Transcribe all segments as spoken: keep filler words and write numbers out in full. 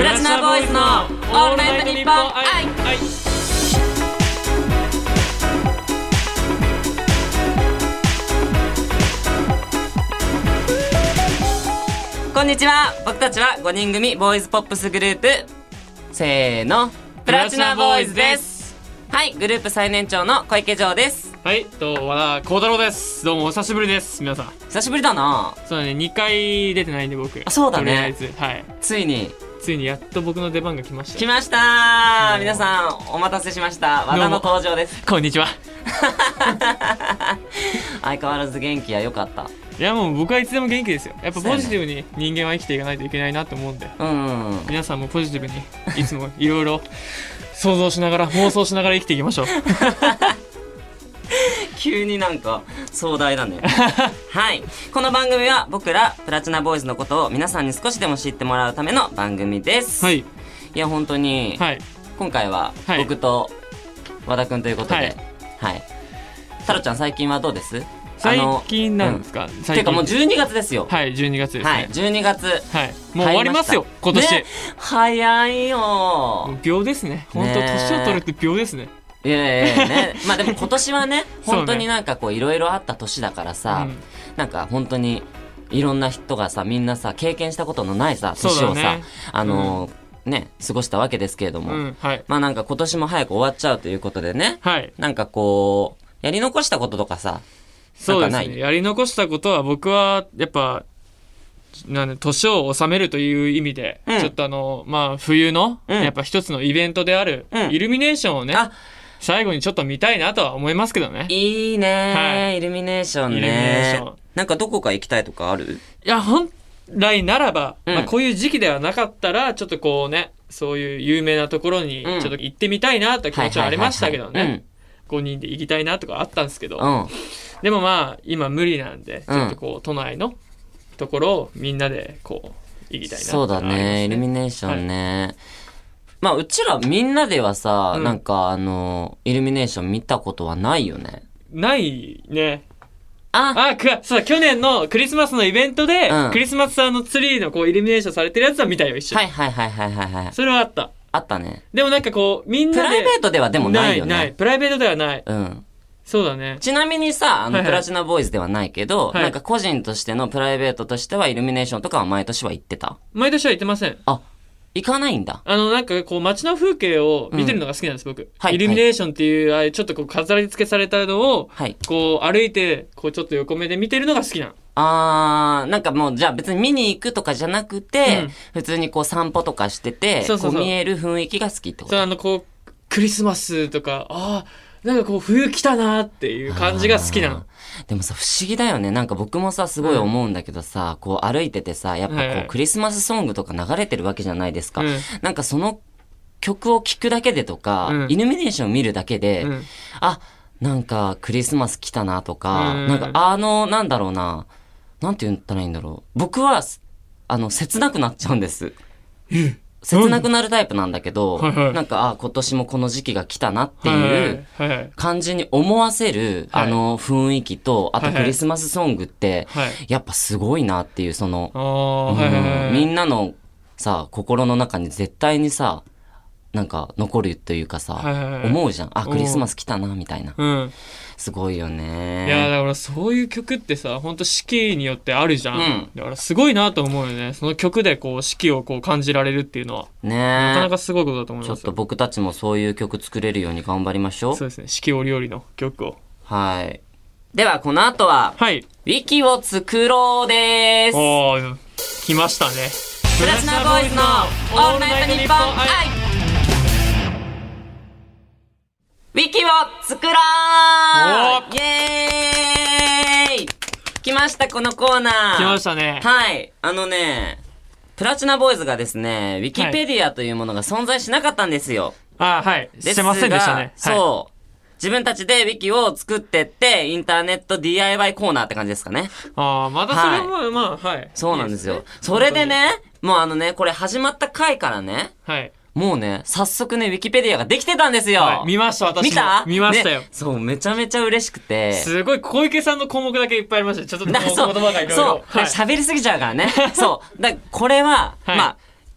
プラチナボーイズのオールナイトニッポン愛。こんにちは。僕たちはごにん組ボーイズポップスグループ、せーの、プラチナボーイズです。はい、グループ最年長の小池城です。 はい、どうも和田幸太郎です。どうもお久しぶりです。皆さん久しぶりだな。 そうだね、にかい出てないんで僕。 あ、そうだね。 とりあえず、はい、 ついについにやっと僕の出番が来ました。 来ましたー。皆さんお待たせしました。和田の登場です。 こんにちは。 相変わらず元気や。よかった。 いや、もう僕はいつでも元気ですよ。やっぱポジティブに人間は生きていかないといけないなと思うんで、 うんうんうん、皆さんもポジティブにいつもいろいろ想像しながら妄想しながら生きていきましょう。 急になんか壮大だね。はい、この番組は僕らプラチナボーイズのことを皆さんに少しでも知ってもらうための番組です。 はい、 いや本当に、はい、今回は僕と和田くんということで、はいはい、太郎ちゃん最近はどうです？ 最近なんですか？うん、 っていうかもうじゅうにがつですよ。 はい、じゅうにがつですね。はい、 じゅうにがつ、 はい、もう終わりますよ今年、ね、 早いよ。 秒ですね。本当年を取るって秒ですね。 いやいやいやね。まあでも今年はね本当になんかこういろいろあった年だからさ、うん、なんか本当にいろんな人がさみんなさ経験したことのないさ年をさ、ね、あのーうん、ね過ごしたわけですけれども、うん、はい、まあなんか今年も早く終わっちゃうということでね、はい、なんかこうやり残したこととかさ、 そうですね、やり残したことは僕はやっぱなん年を収めるという意味で、うん、ちょっとあのまあ冬の、うん、やっぱ一つのイベントである、うん、イルミネーションをね、最後にちょっと見たいなとは思いますけどね。 いいね、はい、イルミネーションね。イルミネーションなんかどこか行きたいとかある？ いや本来ならば、うん、まあ、こういう時期ではなかったらちょっとこうねそういう有名なところにちょっと行ってみたいなという気持ちはありましたけどね。ごにんで行きたいなとかあったんですけど、うん、でもまあ今無理なんでちょっとこう都内のところをみんなでこう行きたいなって、ね、 そうだね、イルミネーションね、はい、まあうちらみんなではさ、うん、なんかあのイルミネーション見たことはないよね。 ないね。ああ、くそうだ、去年のクリスマスのイベントで、うん、クリスマスのツリーのこうイルミネーションされてるやつは見たよ一緒に。 はいはいはいはいはいはい。 それはあった。 あったね。 でもなんかこうみんなでプライベートではでもないよね。 ないない、プライベートではない。 うん。 そうだね。 ちなみにさ、あの、はいはい、プラチナボーイズではないけど、はい、なんか個人としてのプライベートとしてはイルミネーションとかは毎年は行ってた？ 毎年は行ってません。 あ、行かないんだ。 あの、なんかこう街の風景を見てるのが好きなんです、うん、僕。はい。イルミネーションっていう、あれちょっとこう飾り付けされたのを、はい。こう歩いて、こうちょっと横目で見てるのが好きなの。 あー、なんかもうじゃあ別に見に行くとかじゃなくて、うん、普通にこう散歩とかしてて、そうそうそう、こう見える雰囲気が好きってこと？ そう、あのこう、クリスマスとか、あー、なんかこう冬来たなーっていう感じが好きなの。 でもさ不思議だよね。なんか僕もさすごい思うんだけどさ、うん、こう歩いててさやっぱこう、はいはい、クリスマスソングとか流れてるわけじゃないですか、うん、なんかその曲を聴くだけでとか、うん、イルミネーションを見るだけで、うん、あ、なんかクリスマス来たなとか、うん、なんかあのなんだろうな、なんて言ったらいいんだろう、僕はあの切なくなっちゃうんです。切なくなるタイプなんだけど、はいはい、なんかあ今年もこの時期が来たなっていう感じに思わせる、はい、あの雰囲気と、あとクリスマスソングって、はい、やっぱすごいなっていう、その、うんはいはいはい、みんなのさ心の中に絶対にさなんか残るというかさ、はいはいはい、思うじゃん。あクリスマス来たなみたいな、うん、すごいよね。 いやだからそういう曲ってさ本当四季によってあるじゃん、うん、だからすごいなと思うよね。その曲でこう四季をこう感じられるっていうのはね、なかなかすごいことだと思います。 ちょっと僕たちもそういう曲作れるように頑張りましょう。 そうですね、四季折々の曲を。 はい。ではこの後は、はい、ウィキを作ろうです。 おー来ましたね。 プラチナボーイズのオールナイトニッポン愛。ウィキを作ろうイエーイ来ましたこのコーナー。 来ましたね。 はい。あのね、プラチナボーイズがですね、ウィキペディアというものが存在しなかったんですよ。 ああ、はい。してませんでしたね。 そう。自分たちでウィキを作ってって、インターネット ディーアイワイ コーナーって感じですかね。 ああ、まだそれも、はい、まあ、はい。 そうなんですよ。いいですね。それでね、もうあのね、これ始まった回からね、はい。もうね、早速ね、ウィキペディアができてたんですよ。 はい、見ました、私も。 見た？ 見ましたよ、 ね。そう、めちゃめちゃ嬉しくて。 すごい、小池さんの項目だけいっぱいありました。ちょっと言葉がいろいろ。 そう、喋、はい、りすぎちゃうからね。そう。だこれは、はい、まあ、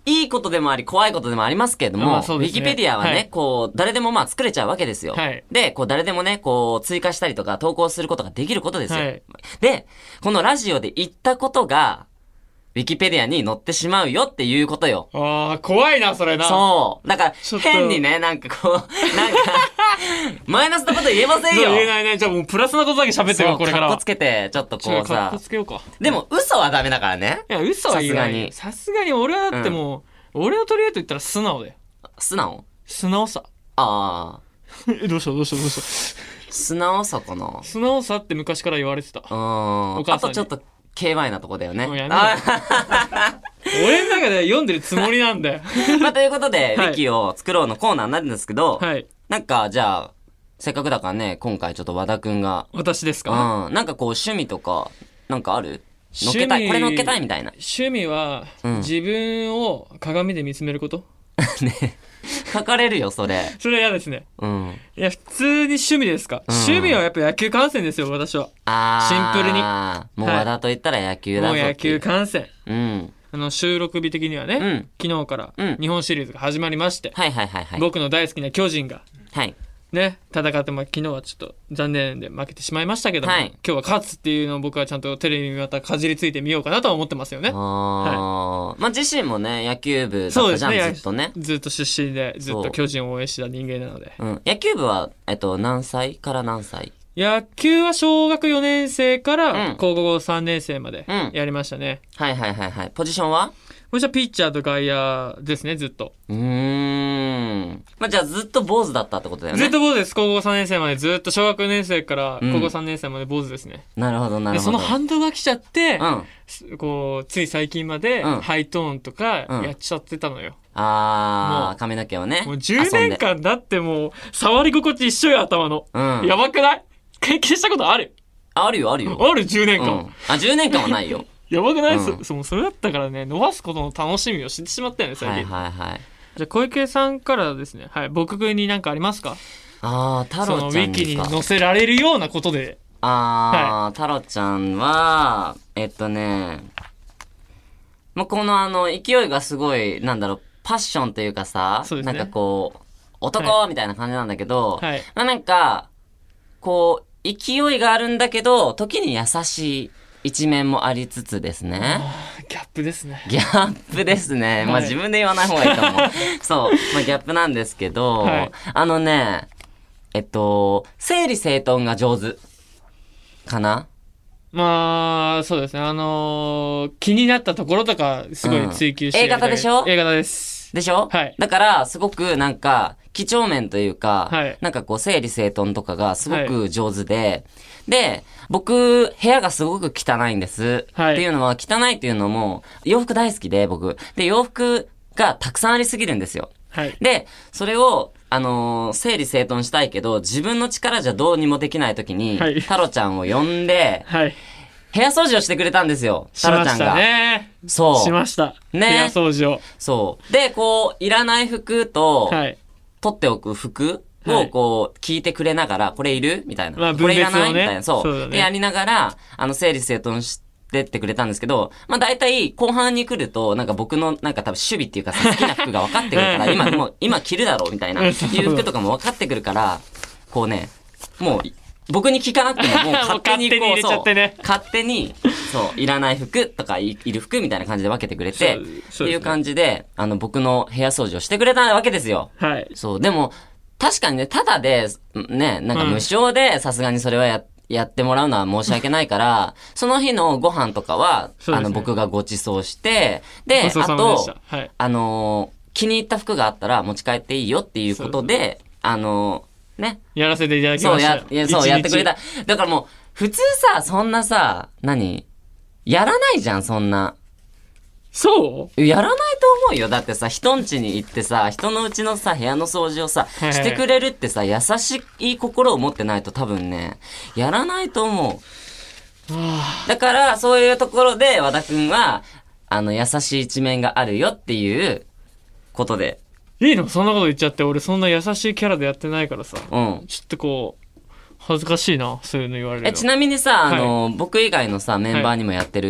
いいことでもあり、怖いことでもありますけれども、 まあそうウですねィキペディアはね、 はいこう、誰でもまあ作れちゃうわけですよ。 はい。 で、こう、誰でもね、こう、追加したりとか投稿することができることですよ。 はいで、このラジオで言ったことが、ウィキペディアに載ってしまうよっていうことよ。 ああ、怖いな、それな。 そう。だからちょっ、と変にね、なんかこう、なんか、マイナスなこと言えませんそうよ。 言えないね。じゃあもうプラスなことだけ喋ってよ、 そう、 これからは。 かっこつけて、ちょっとこうさちょっとかっこ。つけようか。 でも、嘘はダメだからね。 いや、嘘は言えないよ。さすがに俺はだってもう、俺の取り合いと言ったら素直だよ。 素直素直さ。 ああ。 え、どうしたどうしたどうした素直さかな。 素直さって昔から言われてた。 うん。あ母さんにとちょっと、ケーワイ なとこだよね。 もうやめろあ俺の中では読んでるつもりなんだよ。 まあ、ということで、 はいウィキを作ろうのコーナーになるんですけど、 はい。 なんか、じゃあ、せっかくだからね、今回ちょっと和田くんが、 私ですうか？ ん、なんかこう趣味とか、なんかある乗っ趣味けたい、これ乗っけたいみたいな。 趣味は、 うん自分を鏡で見つめることね。書かれるよ、それ。 それは嫌ですね。 うん。 いや、普通に趣味ですか、 うん趣味はやっぱ野球観戦ですよ、私は。 あー。 シンプルにもう和田と言ったら野球だぞもう野っていう球観戦。 うん。 あの、収録日的にはね、 うん昨日からうん日本シリーズが始まりまして、 はいはいはいはい。 僕の大好きな巨人が、 はい。 ね、戦って、まあ、昨日はちょっと残念で負けてしまいましたけども、 はい今日は勝つっていうのを僕はちゃんとテレビにまたかじりついてみようかなとは思ってますよね。 あー。まあ、自身もね、野球部だったじゃん、 そうですね。 ずっとね。 ずっと出身で、ずっと巨人を応援してた人間なので。 うん。野球部は、えっと、何歳から何歳野球は小学よねん生かうんら高校さんねん生までうんやりましたね。 はいはいはいはい。ポジションはそしたらピッチャーと外野ですね、ずっと。 うーん。まあ、じゃあずっと坊主だったってことだよね。 ずっと坊主です。高校さんねん生までずっと小学よねん生からうん高校さんねん生まで坊主ですね。 なるほどなで、 るほど。 その反動が来ちゃって、 うん。 こう、つい最近までうんハイトーンとかうんやっちゃってたのよ。もうあー、髪の毛をね。 もうじゅうねんかんだってもう、触り心地一緒よ、頭の。 遊んで。うん。 やばくない経験したことあるあるよあるよ。 あるじゅうねんかん。 うん。あ、じゅうねんかんはないよ。 やばくない、 うんそそそれだったからね、伸ばすことの楽しみを知ってしまったよね、最近。 はいはいはい。 じゃあ、小池さんからですね、はい、僕に何かありますか？ あー、太そのウ郎ちゃんィキにですか。 載せられるようなことで。 あー、太郎ちゃんは、えっとね、もうこのあの、勢いがすごい、なんだろう、パッションというかさ、 そうですねなんかこう、男、 はみたいな感じなんだけど、 はい。 まあなんか、こう、勢いがあるんだけど、時に優しい一面もありつつですね。 あーギャップですね。 ギャップですね。まあはい自分で言わない方がいいと思う。そう。まあギャップなんですけど、 はいあのね、えっと、整理整頓が上手。かなまあ、そうですね。あのー気になったところとか、すごい追求してやりたい、 うん A 型でしょ A 型です。 でしょはいだから、すごくなんか、几帳面というか、 はいなんかこう、整理整頓とかがすごく上手で、で、僕、部屋がすごく汚いんです。 はいっていうのは、汚いっていうのも、洋服大好きで、僕。で、洋服がたくさんありすぎるんですよ。 はい。 で、それを、あのー整理整頓したいけど、自分の力じゃどうにもできない時に、 はいタロちゃんを呼んで、 はい。 部屋掃除をしてくれたんですよ。 しタロちゃんが。 ましたね。 そう。 しました。 ね部屋掃除を。 そう。で、こう、いらない服と、 はい。 取っておく服をはいこう、聞いてくれながら、これいるみたいな。 まあこれいらない、 分別をねみたいな。そう。 そうだねで、やりながら、あの、整理整頓してってくれたんですけど、まあ大体、後半に来ると、なんか僕の、なんか多分守備っていうかさ、好きな服が分かってくるから、今、もう、今着るだろうみたいな。いう服とかも分かってくるから、こうね、もう、僕に聞かなくても、もう勝手にこう、 もう勝手に入れちゃってねそう勝手に、そう、いらない服とかい、いる服みたいな感じで分けてくれて、 そうっそうですねていう感じで、あの、僕の部屋掃除をしてくれたわけですよ。 はい。 そう、でも、確かにね、ただで、ね、なんか無償で、さすがにそれはや、やってもらうのは申し訳ないから、その日のご飯とかは、 そうですねあの、僕がご馳走して、で、 ごちそうあさまでしたと、 はい。 あのー気に入った服があったら持ち帰っていいよっていうことで、あのーね、 やらせていただきそうました。 や、いやそう一日やってくれた。だからもう、普通さ、そんなさ、何やらないじゃん、そんな。 そうやらないと思うよ。だってさ、人ん家に行ってさ、人のうちのさ、部屋の掃除をさ、 はいはいしてくれるってさ、優しい心を持ってないと多分ね、やらないと思う。 あだから、そういうところで、和田くんは、あの、優しい一面があるよっていうことで、 ーいいのそんなこと言っちゃって、俺そんな優しいキャラでやってないからさ。 うん。 ちょっとこう、恥ずかしいな、そういうの言われるの。 え、ちなみにさ、あの、僕以外のさ、メンバーにもやってる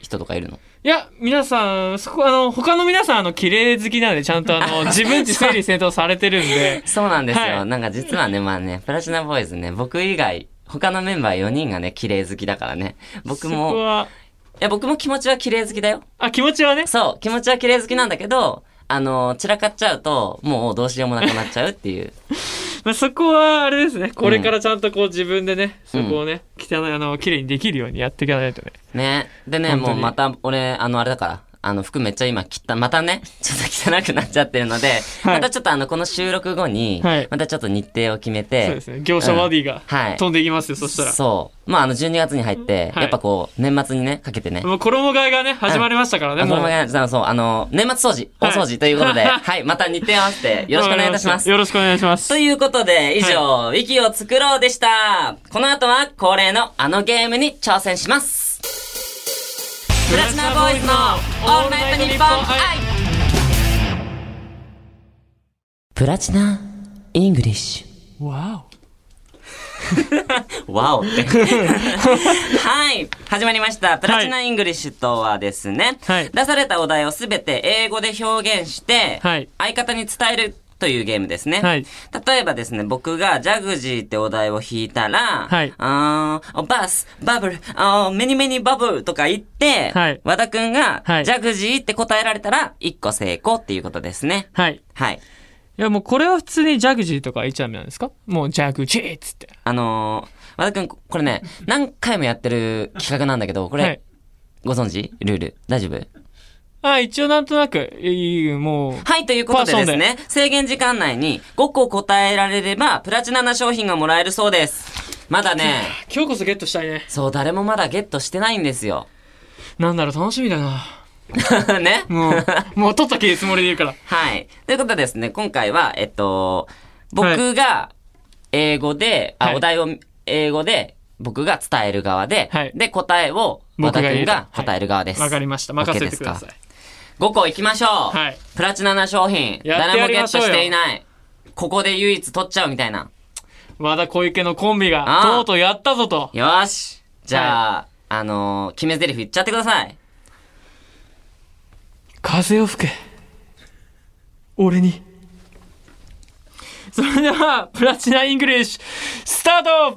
人とかいるの？ いや、皆さん、そこ、あの、他の皆さん、あの、綺麗好きなんで、ちゃんとあの、自分自整理整頓されてるんで。 そうなんですよ。 はい、 なんか実はね、まあね、プラチナボーイズね、僕以外、他のメンバーよにんがね、綺麗好きだからね。僕も、 そこは、 いや、僕も気持ちは綺麗好きだよ。 あ、気持ちはね。 そう、気持ちは綺麗好きなんだけど、あの、散らかっちゃうと、もうどうしようもなくなっちゃうっていう。 まあそこは、あれですね。これからちゃんとこう自分でね、うん、そこをね、汚い、あの、綺麗にできるようにやっていかないとね。 ね。でね、もうまた、俺、あの、あれだから。あの、服めっちゃ今切った、またね、ちょっと汚くなっちゃってるので、はい、またちょっとあの、この収録後に、はい、またちょっと日程を決めて、 そうですね。業者ワディが、うん、はい、飛んでいきますよ、そしたら。 そう。まあ、あの、じゅうにがつに入って、はい、やっぱこう、年末にね、かけてね。 もう衣替えがね、始まりましたからね、うん、もう。衣替え、そう、あの、年末掃除、大掃除ということで、はい、はい、また日程合わせて、よろしくお願いいたします。 よろしくお願いします。 ということで、以上、はい、ウィキを作ろうでした。この後は、恒例のあのゲームに挑戦します。プラチナボーイズのオールナイトニッポン愛。プラチナイングリッシュ。わお。わおって。はい。始まりました。プラチナイングリッシュとはですね、はい、出されたお題をすべて英語で表現して、はい、相方に伝えるというゲームですね。はい。例えばですね、僕がジャグジーってお題を引いたら、はい。あー、バス、バブル、あー、メニメニバブルとか言って、はい。和田くんが、はい。ジャグジーって答えられたら、いっこ成功っていうことですね。 はい。はい。いや、もうこれは普通にジャグジーとか言っちゃダメなんですか？もうジャグジーっつって。 あのー、和田くん、これね、何回もやってる企画なんだけど、これ、はい、ご存知？ルール。大丈夫？ あ、一応なんとなく、いい、もう。 はい、ということでですね、制限時間内にごこ答えられれば、プラチナな商品がもらえるそうです。まだね、 今日こそゲットしたいね。 そう、誰もまだゲットしてないんですよ。 なんだろう、楽しみだな。 ね。 もう、もう取った気つもりで言うから。 はい。ということでですね、今回は、えっと、僕が英語で、はい、あ、お題を英語で、僕が伝える側で、はい、で、答えを、和田君が答える側です。 わ、はい、かりました。任せてください。 ごこ行きましょう。はい。プラチナな商品。誰もゲットしていない。ここで唯一取っちゃうみたいな。 和田小池のコンビが、とうとうやったぞと。 よーし。じゃあ、はい、あのー、決め台詞言っちゃってください。 風を吹け。俺に。それでは、プラチナイングリッシュ、スタート。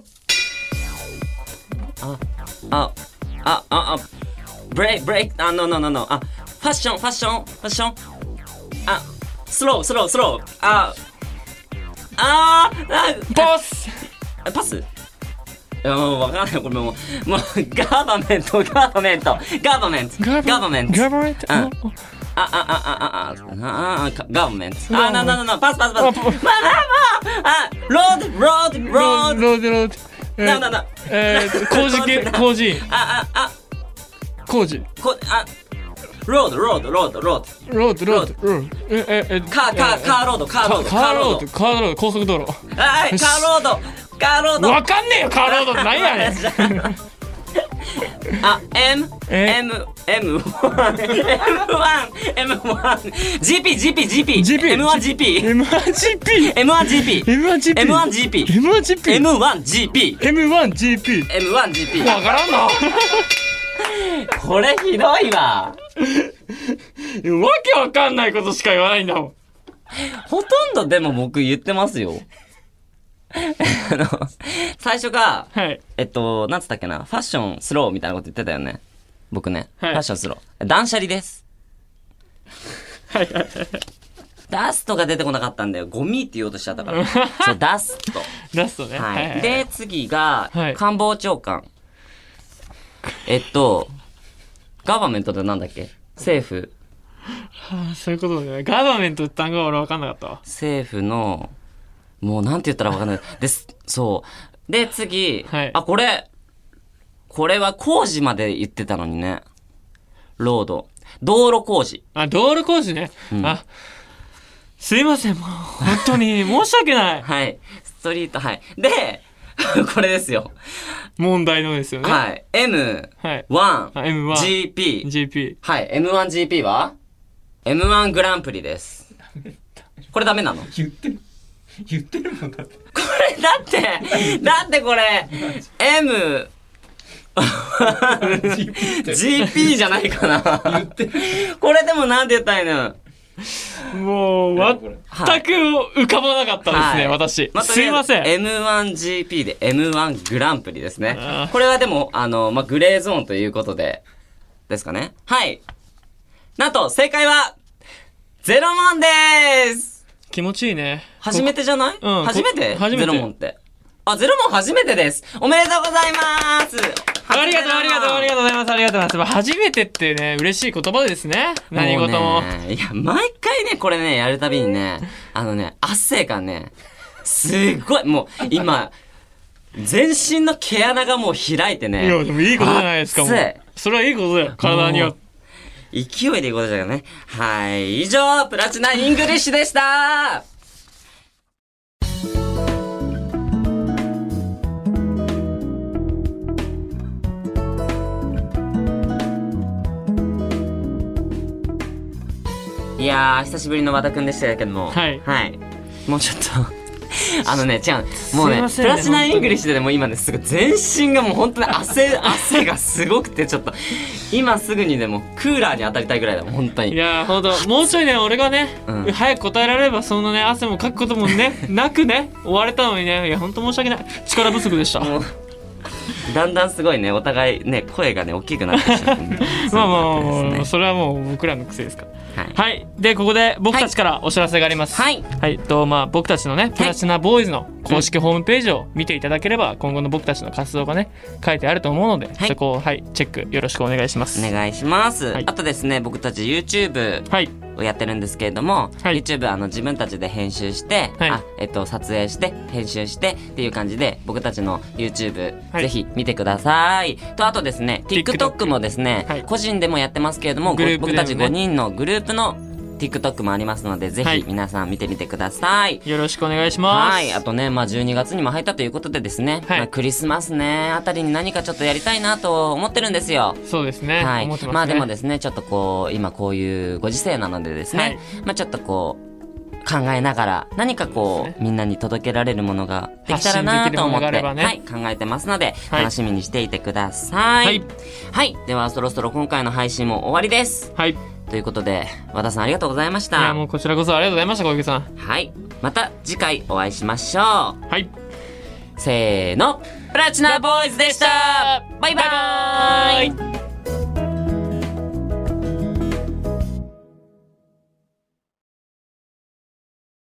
あ、あ、あ、あ、あ、ブレイク、ブレイク、あ、ノーノーノーノー、あ、ファッション、ファッション、ファッション、あ、スロー、スロー、スロー、あ、あー、あ、 パスパスいや、もうわかんない、これもう、もう、ガーバメント、ガーバメント、ガーバメント、ガーバメント、 ガーバメント、あ、あ、 あ、あ、あ、あ、あ、ガーバメント、あ、な、な、な、な、パス、パス、パス、まあ、まあ、まあ、あ、ロード、ロード、ロード、 ロード、ロード、 な、な、な、 えー、工事系、工事、 あ、あ、あ、 工事、 こ、あ、ロード、ロード、ロード、ロード。 ロード、ロード、ロード。え、え、え、 カー、カー、カーロード、カーロード。 カーロード、カーロード、高速道路。 はい、カーロード、カーロード。 わかんねえよ、カーロードって何やねん。 あ、M、M、M、ワン、エムワン、エムワン、ジーピー、ジーピー、ジーピー、ジーピー、エムワンジーピー、 エムワンジーピー、 エムワンジーピー、 エムワンジーピー、 エムワンジーピー、 エムワンジーピー、 エムワンジーピー、 エムワンジーピー、 エムワンジーピー。 わからんのこれひどいわ。わけわかんないことしか言わないんだもん。 ほとんどでも僕言ってますよ。あの、最初が、はい、えっと、なんつったっけな、ファッションスローみたいなこと言ってたよね。僕ね。はい、ファッションスロー。断捨離です。 はいはいはい。 ダストが出てこなかったんだよ。ゴミって言おうとしちゃったから。そう、ダスト。 ダストね。 はい。はいはいはい、で、次が、はい、官房長官。えっと、ガバメントってなんだっけ？政府。 はあ、そういうことだね。ガバメントって単語は俺分かんなかったわ。 政府の、もうなんて言ったら分かんない。です、そう。で、次、はい、あ、これ、これは工事まで言ってたのにね。ロード。道路工事。 あ、道路工事ね。うん、あ、すいません、もう、本当に申し訳ない。 はい。ストリート、はい。で、これですよ。 問題のですよね。 はい。エムワン ジーピー。 ジーピー。 はい。エムワンジーピー は エムワン グランプリです。これダメなの？ 言ってる。言ってるもんだって。 これだって、だってこれ、M、 ジーピー じゃないかな。言ってる。これでもなんて言ったらいいの？ もう、全く浮かばなかったですね、はい、私。まあ、すいません。 エムワンジーピー で エムワン グランプリですね。これはでも、あの、まあ、グレーゾーンということで、ですかね。はい。なんと、正解は、ゼロ問でーす。 気持ちいいね。 初めてじゃない？ うん。 初めて？ 初めて。 ゼロ問って。あ、ゼロ問初めてです。おめでとうございます。 ありがとう、ありがとう、ありがとうございます。ありがとうございます。初めてってね、嬉しい言葉ですね。何事も。もね、いや、毎回ね、これね、やるたびにね、あのね、汗がね、すごい、もう、今、全身の毛穴がもう開いてね。 いや、でもいいことじゃないですか、もう。それはいいことだよ、体には。 勢いでいいことだよね。はい。以上、プラチナイングリッシュでしたいやー、久しぶりの和田くんでしたけども。 はい。 はい。もうちょっと、あのね、違う。もうね、ねプラチナイングリッシュでも今ね、すぐ全身がもう本当に汗、汗がすごくて、ちょっと、今すぐにでもクーラーに当たりたいぐらいだもん、本当に。 いやー、ほんと、もうちょいね、俺がね、うん、早く答えられれば、そのね、汗もかくこともね、なくね、終われたのにね、いや、ほんと申し訳ない。力不足でした。もうだんだんすごいね、お互いね、声がね、大きくなってきちゃって、ね。 まあまあまあ、それはもう僕らの癖ですから。はい、はい。で、ここで僕たちからお知らせがあります。はい。はい。と、まあ、僕たちのね、プラチナボーイズの公式ホームページを見ていただければ、今後の僕たちの活動がね、書いてあると思うので、はい、そこを、はい、チェックよろしくお願いします。 お願いします。はい、あとですね、僕たち YouTube。はい。をやってるんですけれども、はい、YouTube あの自分たちで編集して、はい、あえっと撮影して編集してっていう感じで僕たちの YouTube、はい、ぜひ見てください。とあとですね TikTok もですね、はい、個人でもやってますけれども、ね、僕たちごにんのグループのTikTok もありますので、ぜひ皆さん見てみてください。 よろしくお願いします。 はい。あとね、まあじゅうにがつにも入ったということでですね、はい、まあ、クリスマスね、あたりに何かちょっとやりたいなと思ってるんですよ。 そうですね。 はい。 思ってますね。 まあでもですね、ちょっとこう、今こういうご時世なのでですね、はい、まあちょっとこう、考えながら、何かこう、ね、みんなに届けられるものができたらなと思って、ね、はい、考えてますので、はい、楽しみにしていてください。はい。はい。では、そろそろ今回の配信も終わりです。はい。ということで、和田さんありがとうございました。 いや、もうこちらこそありがとうございました、小池さん。 はい。また次回お会いしましょう。 はい。 せーの、プラチナボーイズでした。バイバーイ。